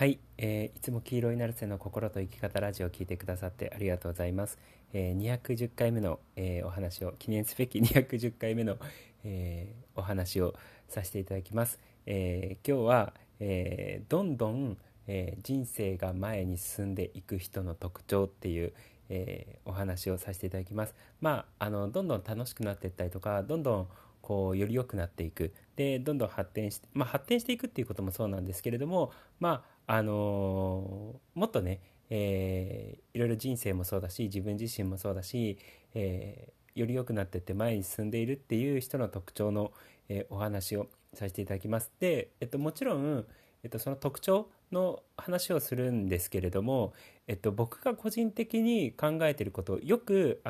はい、いつも黄色いナルセの心と生き方ラジオを聞いてくださってありがとうございます。210回目の、お話を記念すべき210回目の、お話をさせていただきます。今日は、どんどん、人生が前に進んでいく人の特徴っていう、お話をさせていただきます。どんどん楽しくなっていったりとか、どんどんこうより良くなっていくで、どんどん発展していくっていうこともそうなんですけれども、もっとね、いろいろ人生もそうだし、自分自身もそうだし、より良くなっていって前に進んでいるっていう人の特徴の、お話をさせていただきます。で、もちろん、その特徴の話をするんですけれども、僕が個人的に考えていること、よく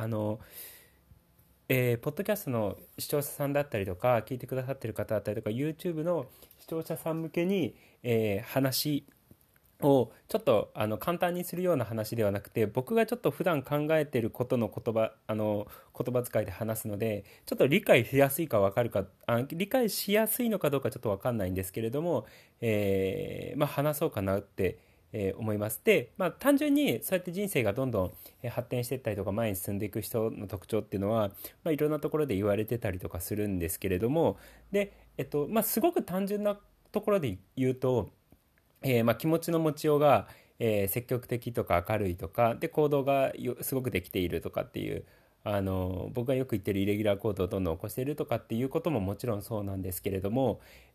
ポッドキャストの視聴者さんだったりとか、聞いてくださっている方だったりとか、 YouTube の視聴者さん向けに、話をちょっと簡単にするような話ではなくて、僕がちょっと普段考えていることの言葉遣いで話すので、ちょっと理解しやすいか分かるか、理解しやすいのかどうかちょっと分かんないんですけれども、話そうかなって、思います。で、単純にそうやって人生がどんどん発展していったりとか前に進んでいく人の特徴っていうのは、いろんなところで言われてたりとかするんですけれども、で、すごく単純なところで言うと、気持ちの持ちようが、積極的とか明るいとかで、行動がすごくできているとかっていう、僕がよく言ってるイレギュラー行動をどんどん起こしているとかっていうことももちろんそうなんですけれども、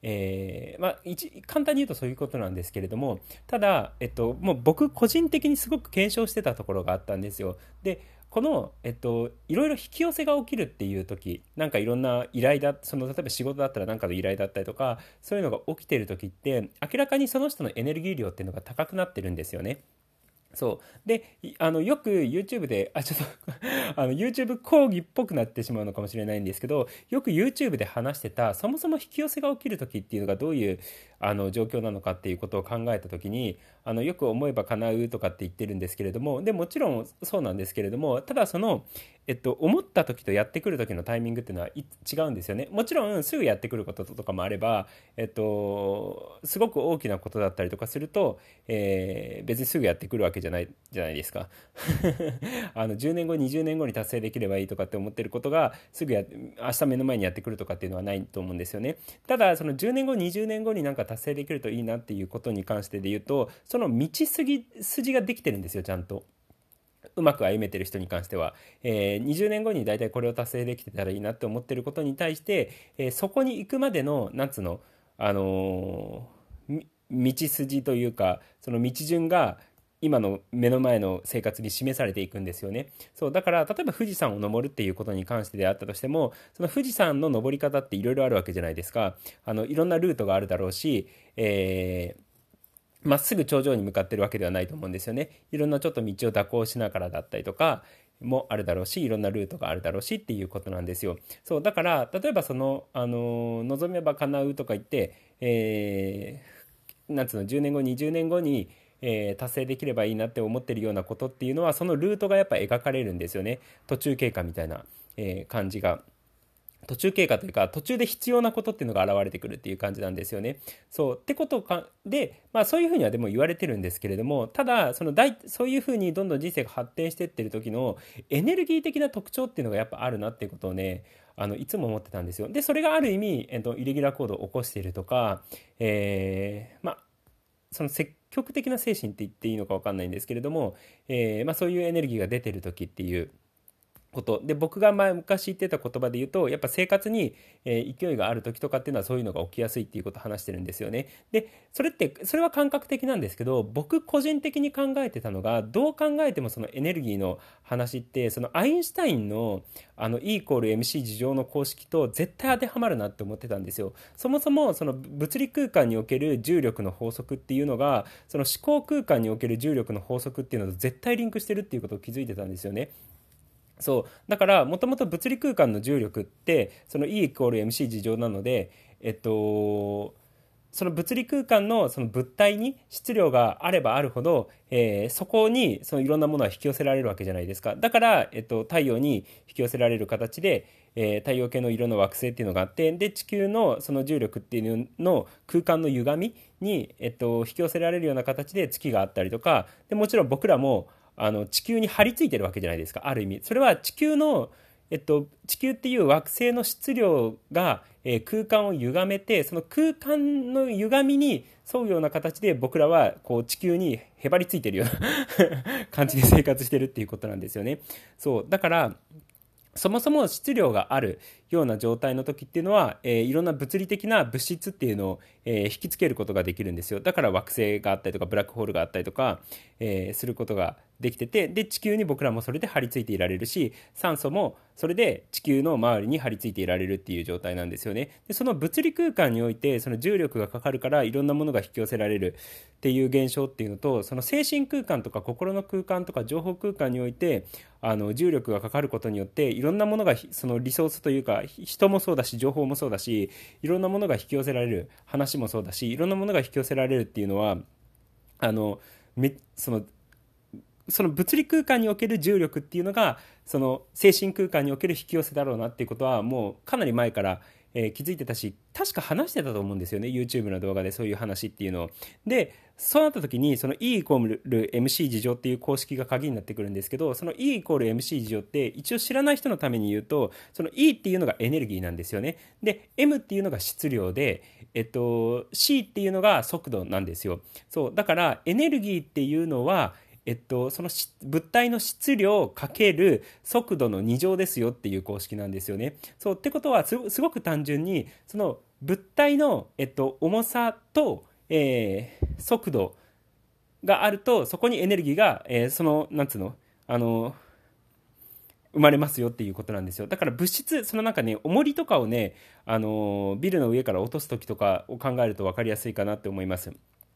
簡単に言うとそういうことなんですけれども、ただ、もう僕個人的にすごく検証してたところがあったんですよ。で、この、いろいろ引き寄せが起きるっていう時、なんかいろんな依頼だ、例えば仕事だったら何かの依頼だったりとか、そういうのが起きている時って、明らかにその人のエネルギー量っていうのが高くなってるんですよね。そうで、よく YouTube で、ちょっとYouTube 講義っぽくなってしまうのかもしれないんですけど、よく YouTube で話してた、そもそも引き寄せが起きる時っていうのがどういう状況なのかっていうことを考えた時に、よく思えば叶うとかって言ってるんですけれども、でもちろんそうなんですけれども、ただその、思った時とやってくる時のタイミングっていうのは違うんですよね。もちろんすぐやってくることとかもあれば、すごく大きなことだったりとかすると、別にすぐやってくるわけじゃないですか。10年後20年後に達成できればいいとかって思ってることが明日目の前にやってくるとかっていうのはないと思うんですよね。ただその10年後20年後になんか達成できるといいなっていうことに関してで言うと、その筋ができてるんですよ、ちゃんと。うまく歩めてる人に関しては、20年後に大体これを達成できてたらいいなって思ってることに対して、そこに行くまでのなんつうの、道筋というか、その道順が今の目の前の生活に示されていくんですよね。そうだから、例えば富士山を登るっていうことに関してであったとしても、その富士山の登り方っていろいろあるわけじゃないですか。いろんなルートがあるだろうし、まっすぐ頂上に向かってるわけではないと思うんですよね。いろんなちょっと道を蛇行しながらだったりとかもあるだろうし、いろんなルートがあるだろうしっていうことなんですよ。そうだから、例えば望めば叶うとか言って、なんつうの、10年後20年後に、達成できればいいなって思ってるようなことっていうのは、そのルートがやっぱ描かれるんですよね。途中経過みたいな、感じが、途中経過というか、途中で必要なことっていうのが現れてくるっていう感じなんですよね。そうってことかで、そういうふうにはでも言われてるんですけれども、ただそういうふうにどんどん人生が発展していってる時のエネルギー的な特徴っていうのがやっぱあるなっていうことをね、いつも思ってたんですよ。でそれがある意味、イレギュラー行動を起こしているとか、その積極的な精神って言っていいのか分かんないんですけれども、そういうエネルギーが出てる時っていうことで、僕が昔言ってた言葉で言うと、やっぱ生活に、勢いがある時とかっていうのはそういうのが起きやすいっていうことを話してるんですよね。でそれは感覚的なんですけど、僕個人的に考えてたのが、どう考えてもそのエネルギーの話って、そのアインシュタインのE イコール MC 事乗の公式と絶対当てはまるなって思ってたんですよ。そもそもその物理空間における重力の法則っていうのが、その思考空間における重力の法則っていうのと絶対リンクしてるっていうことを気づいてたんですよね。そうだから、もともと物理空間の重力ってその E イコール MC 事乗なので、その物理空間のその物体に質量があればあるほど、そこにそのいろんなものは引き寄せられるわけじゃないですか。だから、太陽に引き寄せられる形で、 太陽系の色の惑星っていうのがあって、で地球のその重力っていうの空間の歪みに、引き寄せられるような形で月があったりとかで、もちろん僕らも地球に張り付いてるわけじゃないですか。ある意味それは地球の、地球っていう惑星の質量が、空間を歪めて、その空間の歪みに沿うような形で僕らはこう地球にへばりついてるような感じで生活してるっていうことなんですよね。そうだからそもそも質量があるような状態の時っていうのは、いろんな物理的な物質っていうのを、引きつけることができるんですよ。だから惑星があったりとかブラックホールがあったりとか、することができてて、で地球に僕らもそれで張り付いていられるし、酸素もそれで地球の周りに張り付いていられるっていう状態なんですよね。でその物理空間においてその重力がかかるからいろんなものが引き寄せられるっていう現象っていうのと、その精神空間とか心の空間とか情報空間において重力がかかることによっていろんなものがそのリソースというか、人もそうだし情報もそうだし、いろんなものが引き寄せられる、話もそうだし、いろんなものが引き寄せられるっていうのはあのめそのその物理空間における重力っていうのがその精神空間における引き寄せだろうなっていうことはもうかなり前から、気づいてたし、確か話してたと思うんですよね、 YouTube の動画でそういう話っていうのを。でそうなった時にその E イコール MC 事乗っていう公式が鍵になってくるんですけど、その E イコール MC 事乗って一応知らない人のために言うと、その E っていうのがエネルギーなんですよね。で M っていうのが質量で、C っていうのが速度なんですよ。そうだからエネルギーっていうのはその物体の質量かける速度の2乗ですよっていう公式なんですよね。そうってことはすごく単純にその物体の、重さと、速度があるとそこにエネルギーが、そのなんつうの生まれますよっていうことなんですよ。だから物質、そのなんかね重りとかをね、ビルの上から落とす時とかを考えると分かりやすいかなって思います。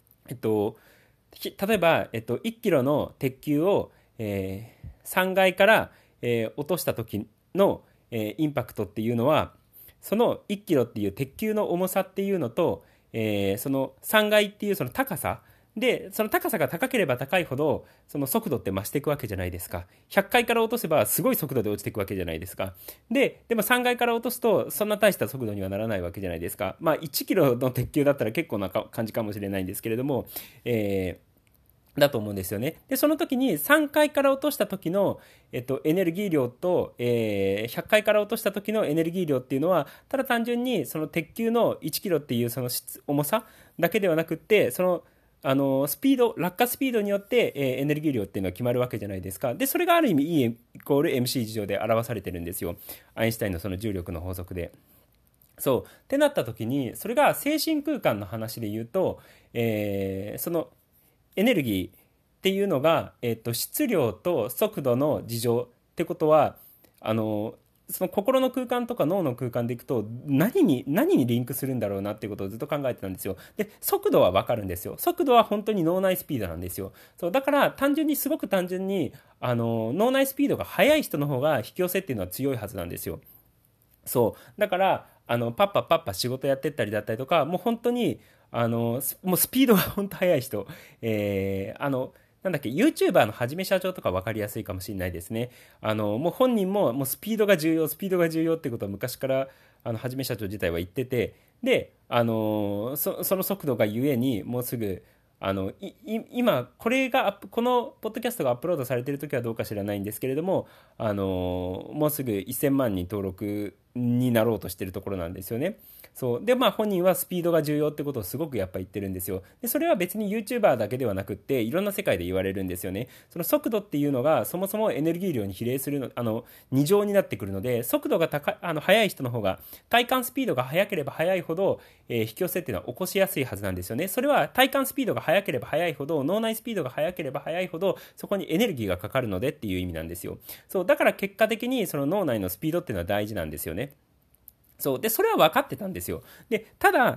例えば、1キロの鉄球を、3階から、落とした時の、インパクトっていうのはその1キロっていう鉄球の重さっていうのと、その3階っていうその高さで、その高さが高ければ高いほどその速度って増していくわけじゃないですか。100階から落とせばすごい速度で落ちていくわけじゃないですか。でも3階から落とすとそんな大した速度にはならないわけじゃないですか。まあ1キロの鉄球だったら結構な感じかもしれないんですけれども、だと思うんですよね。でその時に3階から落とした時の、エネルギー量と、100階から落とした時のエネルギー量っていうのはただ単純にその鉄球の1キロっていうその重さだけではなくって、そのスピード、落下スピードによって、エネルギー量っていうのは決まるわけじゃないですか。でそれがある意味 E イコール MC 事乗で表されてるんですよ、アインシュタインのその重力の法則で。そうってなった時に、それが精神空間の話で言うと、そのエネルギーっていうのが、質量と速度の事乗ってことは、その心の空間とか脳の空間でいくと何にリンクするんだろうなっていうことをずっと考えてたんですよ。で速度は分かるんですよ。速度は本当に脳内スピードなんですよ。そうだからすごく単純に脳内スピードが速い人の方が引き寄せっていうのは強いはずなんですよ。そうだからパッパパッパ仕事やってったりだったりとか、もう本当にもうスピードが本当速い人、なんだっけ、YouTuber のはじめ社長とか分かりやすいかもしれないですね。もう本人ももうスピードが重要、スピードが重要ってことは昔からはじめ社長自体は言ってて、でその速度がゆえにもうすぐ今このポッドキャストがアップロードされている時はどうか知らないんですけれども、もうすぐ1000万人登録になろうとしているところなんですよね。そうで本人はスピードが重要ってことをすごくやっぱ言ってるんですよ。でそれは別に YouTuber だけではなくっていろんな世界で言われるんですよね。その速度っていうのがそもそもエネルギー量に比例する2乗になってくるので、速度が速い人の方が体感スピードが速ければ速いほど、引き寄せっていうのは起こしやすいはずなんですよね。それは体感スピードが速ければ速いほど、脳内スピードが速ければ速いほどそこにエネルギーがかかるのでっていう意味なんですよ。そうだから結果的にその脳内のスピードっていうのは大事なんですよね。そうでそれは分かってたんですよ。でただ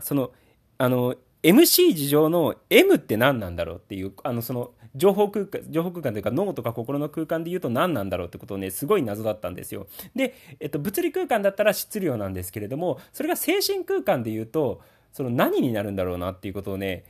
MC 事乗の M って何なんだろうっていう、その情報空間というか脳とか心の空間で言うと何なんだろうってことをね、すごい謎だったんですよ。で、物理空間だったら質量なんですけれども、それが精神空間で言うとその何になるんだろうなっていうことをね、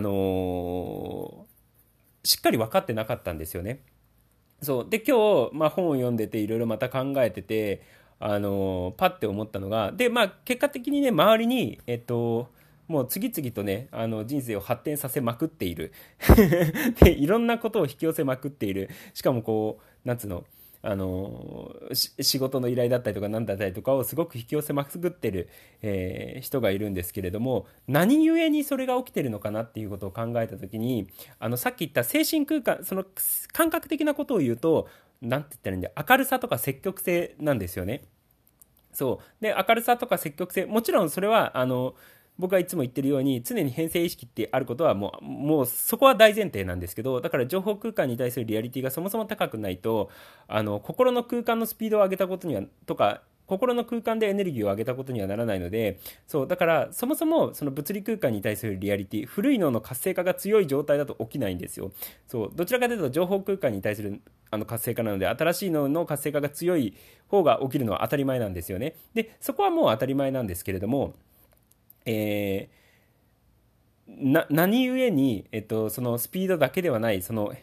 しっかり分かってなかったんですよね。そうで今日、本を読んでていろいろまた考えてて、 パッて思ったのが、で、まあ、結果的にね、周りに、もう次々とね、人生を発展させまくっている。で、いろんなことを引き寄せまくっている。しかもこう、なんつうの、仕事の依頼だったりとか何だったりとかをすごく引き寄せまくってる、人がいるんですけれども、何故にそれが起きてるのかなっていうことを考えたときに、さっき言った精神空間、その感覚的なことを言うと、なんて言ったらいいんだよ、明るさとか積極性なんですよね。そう。で、明るさとか積極性、もちろんそれは、僕がいつも言ってるように、常に変性意識ってあることはもうそこは大前提なんですけど、だから情報空間に対するリアリティがそもそも高くないと、心の空間のスピードを上げたことには、とか、心の空間でエネルギーを上げたことにはならないので、そう、だからそもそもその物理空間に対するリアリティ、古い脳の活性化が強い状態だと起きないんですよ。そう、どちらかというと情報空間に対する活性化なので、新しい脳の活性化が強い方が起きるのは当たり前なんですよね。で、そこはもう当たり前なんですけれども、え何故に、そのスピードだけではない、その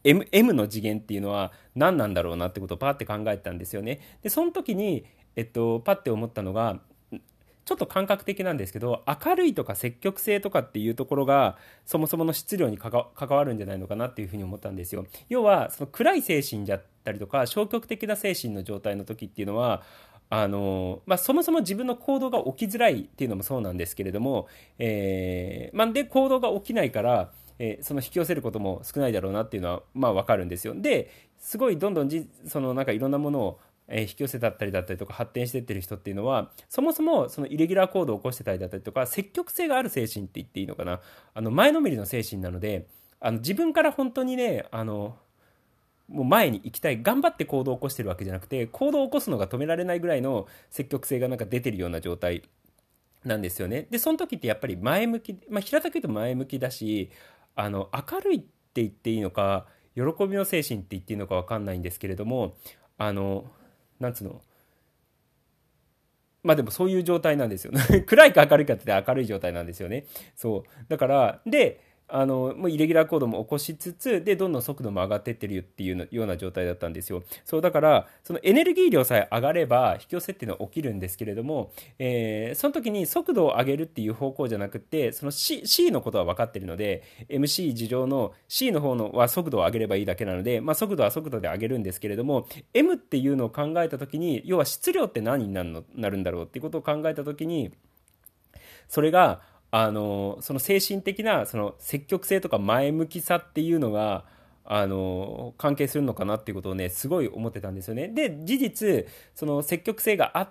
M の次元っていうのは何なんだろうなってことをパーって考えたんですよね。で、その時に、パッて思ったのが、ちょっと感覚的なんですけど、明るいとか積極性とかっていうところが、そもそもの質量に関わるんじゃないのかなっていうふうに思ったんですよ。要は、その暗い精神だったりとか、消極的な精神の状態の時っていうのは、まあ、そもそも自分の行動が起きづらいっていうのもそうなんですけれども、まあ、で行動が起きないから、その引き寄せることも少ないだろうなっていうのはまあ分かるんですよ。ですごいどんどんそのなんかいろんなものを引き寄せだったりとか発展していってる人っていうのはそもそもそのイレギュラー行動を起こしてたりだったりとか積極性がある精神って言っていいのかな、前のめりの精神なので、自分から本当にね、もう前に行きたい、頑張って行動を起こしてるわけじゃなくて、行動を起こすのが止められないぐらいの積極性がなんか出てるような状態なんですよね。でその時ってやっぱり前向き、まあ、平たく言うと前向きだし、明るいって言っていいのか、喜びの精神って言っていいのか分かんないんですけれども、あのなんつうの、まあでもそういう状態なんですよ。暗いか明るいかって言って明るい状態なんですよね。そう。だから、で、もうイレギュラー行動も起こしつつ、で、どんどん速度も上がってってるっていうような状態だったんですよ。そう、だから、そのエネルギー量さえ上がれば、引き寄せっていうのは起きるんですけれども、その時に速度を上げるっていう方向じゃなくて、その C のことは分かってるので、MC 事乗の C の方のは速度を上げればいいだけなので、まあ速度は速度で上げるんですけれども、M っていうのを考えた時に、要は質量って何になるんだろうっていうことを考えた時に、それがその精神的なその積極性とか前向きさっていうのが関係するのかなっていうことをねすごい思ってたんですよね。で事実その積極性があって、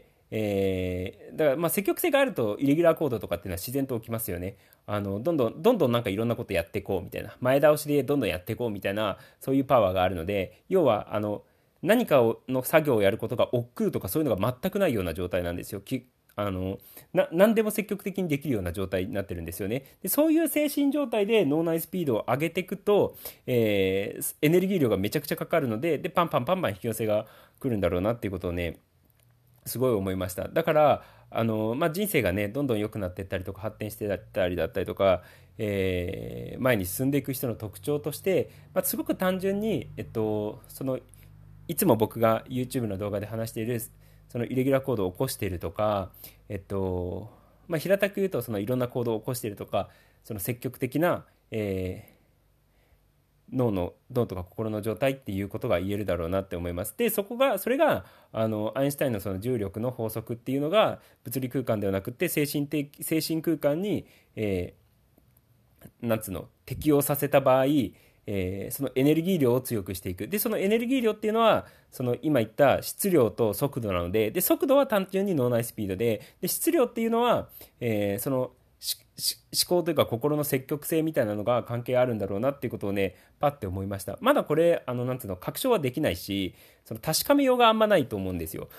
だからまあ積極性があるとイレギュラー行動とかっていうのは自然と起きますよね。どんどんなんかいろんなことやっていこうみたいな、前倒しでどんどんやっていこうみたいな、そういうパワーがあるので、要は何かの作業をやることが億劫とかそういうのが全くないような状態なんですよ。何でも積極的にできるような状態になってるんですよね。でそういう精神状態で脳内スピードを上げていくと、エネルギー量がめちゃくちゃかかるので、パンパンパンパン引き寄せが来るんだろうなっていうことをねすごい思いました。だからまあ、人生がねどんどん良くなっていったりとか発展していったりだったりとか、前に進んでいく人の特徴として、まあ、すごく単純に、そのいつも僕が YouTube の動画で話しているそのイレギュラー行動を起こしているとか、まあ、平たく言うとそのいろんな行動を起こしているとか、その積極的な、脳とか心の状態っていうことが言えるだろうなって思います。でそれがアインシュタインのその重力の法則っていうのが物理空間ではなくて精神空間に、なんつうの適応させた場合、そのエネルギー量を強くしていく。でそのエネルギー量っていうのはその今言った質量と速度なので、速度は単純に脳内スピードで質量っていうのは、その思考というか心の積極性みたいなのが関係あるんだろうなっていうことをねパッて思いました。まだこれなんつうの確証はできないし、その確かめようがあんまないと思うんですよ。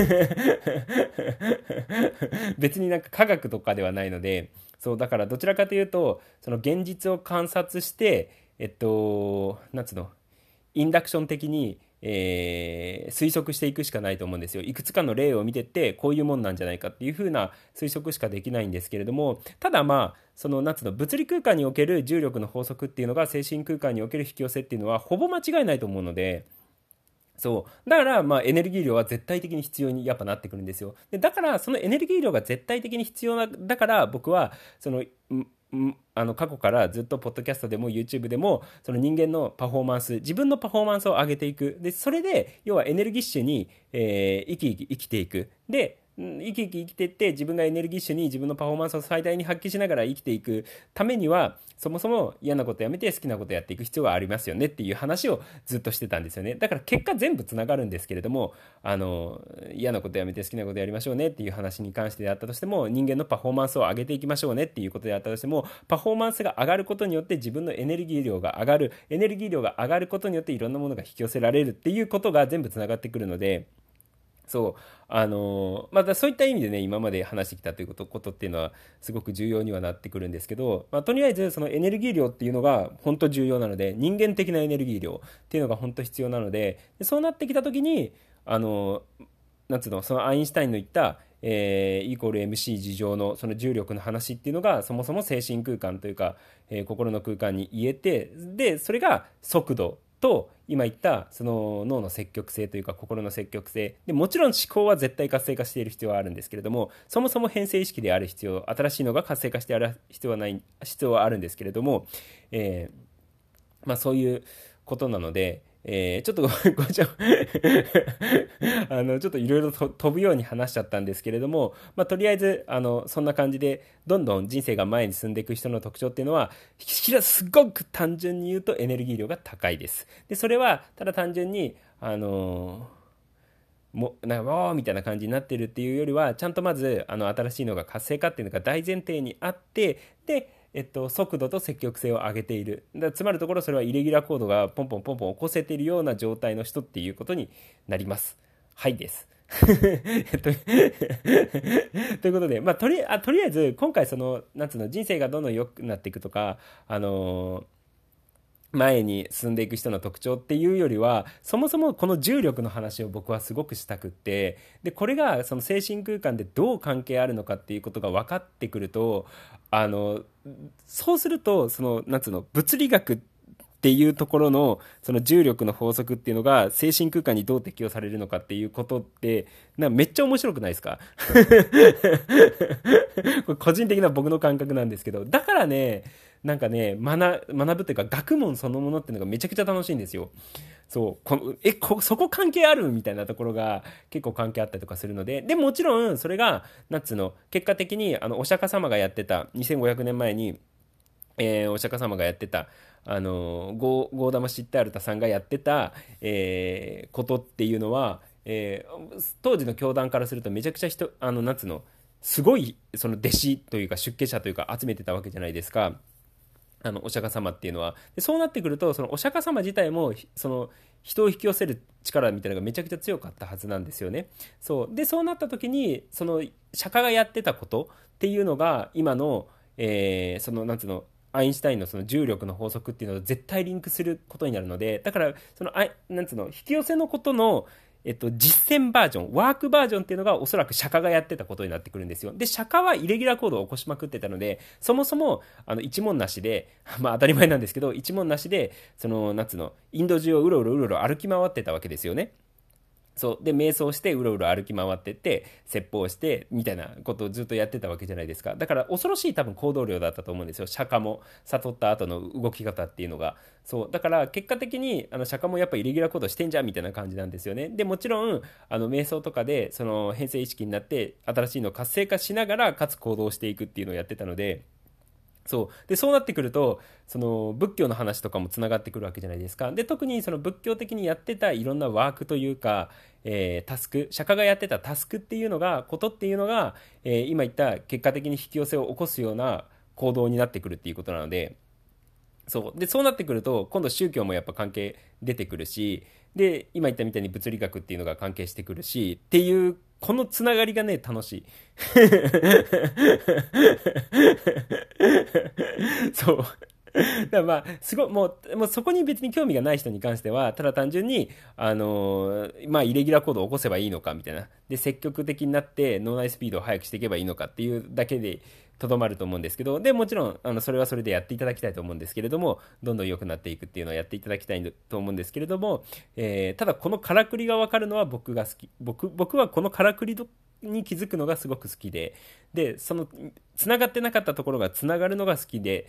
別になんか科学とかではないので、そうだからどちらかというとその現実を観察して、なんつうのインダクション的に、推測していくしかないと思うんですよ。いくつかの例を見てってこういうもんなんじゃないかっていう風な推測しかできないんですけれども、ただまあそのなんつうの物理空間における重力の法則っていうのが精神空間における引き寄せっていうのはほぼ間違いないと思うので、 そうだからまあエネルギー量は絶対的に必要にやっぱなってくるんですよ。でだからそのエネルギー量が絶対的に必要なだから僕はその過去からずっとポッドキャストでも YouTube でもその人間のパフォーマンス、自分のパフォーマンスを上げていく。でそれで要はエネルギッシュに、生きていく。で生きていって自分がエネルギッシュに自分のパフォーマンスを最大に発揮しながら生きていくためには、そもそも嫌なことやめて好きなことやっていく必要がありますよねっていう話をずっとしてたんですよね。だから結果全部つながるんですけれども、嫌なことやめて好きなことやりましょうねっていう話に関してであったとしても、人間のパフォーマンスを上げていきましょうねっていうことであったとしても、パフォーマンスが上がることによって自分のエネルギー量が上がる、エネルギー量が上がることによっていろんなものが引き寄せられるっていうことが全部つながってくるので、そうまたそういった意味でね、今まで話してきたということっていうのはすごく重要にはなってくるんですけど、とりあえずそのエネルギー量っていうのが本当重要なので、人間的なエネルギー量っていうのが本当必要なので、そうなってきた時になんつうの、そのアインシュタインの言った、イコール MC 事乗のその重力の話っていうのがそもそも精神空間というか、心の空間に言えて、でそれが速度と今言ったその脳の積極性というか心の積極性で、もちろん思考は絶対活性化している必要はあるんですけれども、そもそも変性意識である必要、新しいのが活性化してある必要はあるんですけれども、そういうことなので、ちょっとちょちょっといろいろと飛ぶように話しちゃったんですけれども、とりあえずそんな感じでどんどん人生が前に進んでいく人の特徴っていうのは、すごく単純に言うとエネルギー量が高いです。でそれはただ単純になんかわーみたいな感じになってるっていうよりは、ちゃんとまず新しいのが活性化っていうのが大前提にあって、で速度と積極性を上げている。つまるところ、それはイレギュラーコードがポンポンポンポン起こせているような状態の人っていうことになります。はいです。ということで、とりあえず今回そのなんつうの、人生がどんどん良くなっていくとか、前に進んでいく人の特徴っていうよりは、そもそもこの重力の話を僕はすごくしたくって、でこれがその精神空間でどう関係あるのかっていうことが分かってくると、そうするとそのなんつうの、物理学っていうところのその重力の法則っていうのが精神空間にどう適用されるのかっていうことって、めっちゃ面白くないですか？これ個人的な僕の感覚なんですけど、だからね、なんかね、学ぶというか学問そのものっていうのがめちゃくちゃ楽しいんですよ。そうそこ関係あるみたいなところが結構関係あったりとかするので、でもちろんそれがなんつうの、結果的にお釈迦様がやってた2500年前に、お釈迦様がやってたゴーダマ・シッタールタさんがやってた、ことっていうのは、当時の教団からするとめちゃくちゃなんつうの、すごいその弟子というか出家者というか集めてたわけじゃないですか、お釈迦様っていうのは。でそうなってくると、そのお釈迦様自体もその人を引き寄せる力みたいなのがめちゃくちゃ強かったはずなんですよね。そうなった時に、その釈迦がやってたことっていうのが今の、そのなんつうの、アインシュタインのその重力の法則っていうのと絶対リンクすることになるので、だからそのなんつうの、引き寄せのことの実践バージョン、ワークバージョンっていうのがおそらく釈迦がやってたことになってくるんですよ。で、釈迦はイレギュラーコードを起こしまくってたので、そもそも一問なしで、当たり前なんですけど、一問なしで、そのなんつうの、インド中をうろうろ歩き回ってたわけですよね。で瞑想してうろうろ歩き回ってって説法してみたいなことをずっとやってたわけじゃないですか。だから恐ろしい多分行動量だったと思うんですよ、釈迦も悟った後の動き方っていうのが。だから結果的に釈迦もやっぱイレギュラー行動してんじゃんみたいな感じなんですよね。でもちろん瞑想とかでその変性意識になって新しいのを活性化しながらかつ行動していくっていうのをやってたので、そうなってくると、その仏教の話とかもつながってくるわけじゃないですか。で特にその仏教的にやってたいろんなワークというか、タスク、釈迦がやってたタスクっていうのが、ことっていうのが、今言った結果的に引き寄せを起こすような行動になってくるっていうことなので、そうなってくると今度宗教もやっぱ関係出てくるし、で今言ったみたいに物理学っていうのが関係してくるしっていう、このつながりがね楽しい。そうだからすごいもうそこに別に興味がない人に関しては、ただ単純にイレギュラーコードを起こせばいいのかみたいな、で積極的になって脳内スピードを速くしていけばいいのかっていうだけでとどまると思うんですけど、でもちろんそれはそれでやっていただきたいと思うんですけれども、どんどん良くなっていくっていうのをやっていただきたいと思うんですけれども、ただこのからくりが分かるのは僕が好き。僕はこのからくりに気づくのがすごく好きで、その繋がってなかったところが繋がるのが好きで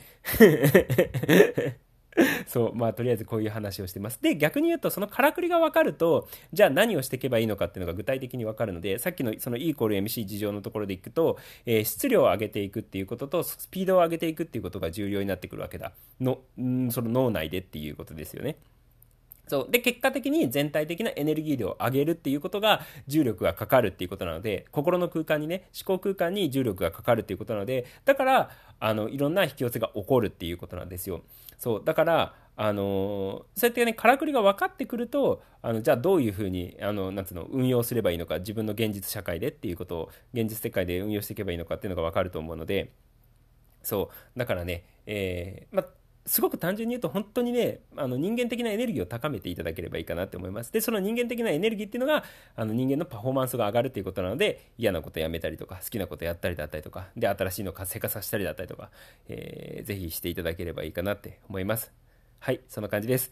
そう、まあ、とりあえずこういう話をしてます。で、逆に言うと、そのからくりが分かると、じゃあ何をしていけばいいのかっていうのが具体的に分かるので、さっきのその E イコール MC 事情のところでいくと、質量を上げていくっていうことと、スピードを上げていくっていうことが重要になってくるわけだ。その脳内でっていうことですよね。そう。で、結果的に全体的なエネルギー量を上げるっていうことが重力がかかるっていうことなので、心の空間にね、思考空間に重力がかかるっていうことなので、だから、いろんな引き寄せが起こるっていうことなんですよ。そう。だから、そうやってね、からくりが分かってくると、じゃあどういうふうに、なんつうの、運用すればいいのか、自分の現実社会でっていうことを、現実世界で運用していけばいいのかっていうのが分かると思うので、そう。だからね、すごく単純に言うと本当にね、人間的なエネルギーを高めていただければいいかなって思います。で、その人間的なエネルギーっていうのが、人間のパフォーマンスが上がるっていうことなので、嫌なことやめたりとか、好きなことやったりだったりとか、で、新しいのを活性化させたりだったりとか、ぜひしていただければいいかなって思います。はい、そんな感じです。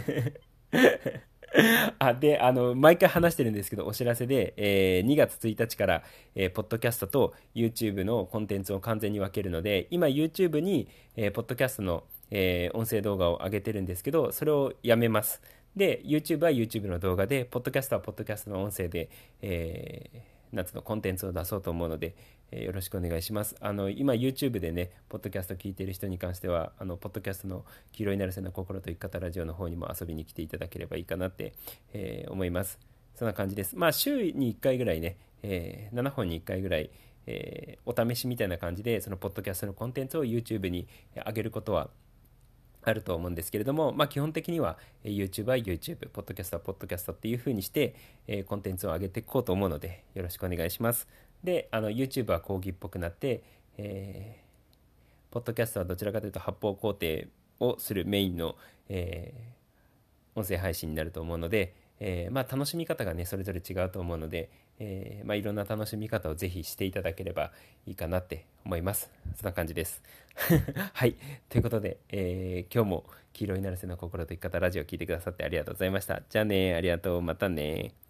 で、毎回話してるんですけど、お知らせで、2月1日から、ポッドキャストと YouTube のコンテンツを完全に分けるので、今 YouTube に、ポッドキャストの、音声動画を上げてるんですけど、それをやめます。で、YouTube は YouTube の動画で、ポッドキャストはポッドキャストの音声で、夏のコンテンツを出そうと思うので、よろしくお願いします。今 YouTube でね、ポッドキャスト聞いている人に関しては、ポッドキャストの黄色いなるせの心と生き方ラジオの方にも遊びに来ていただければいいかなって、思います。そんな感じです。まあ、週に1回ぐらいね、7本に1回ぐらい、お試しみたいな感じで、そのポッドキャストのコンテンツを YouTube に上げることはあると思うんですけれども、まあ、基本的には YouTube は YouTube、ポッドキャストはポッドキャストっていう風にして、コンテンツを上げていこうと思うので、よろしくお願いします。で、YouTube は講義っぽくなって、ポッドキャストはどちらかというと発砲工程をするメインの、音声配信になると思うので、まあ、楽しみ方がねそれぞれ違うと思うので、まあ、いろんな楽しみ方をぜひしていただければいいかなって思います。そんな感じですはい、ということで、今日も黄色いなるせの心と生き方ラジオを聞いてくださってありがとうございました。じゃあね、ありがとう、またね。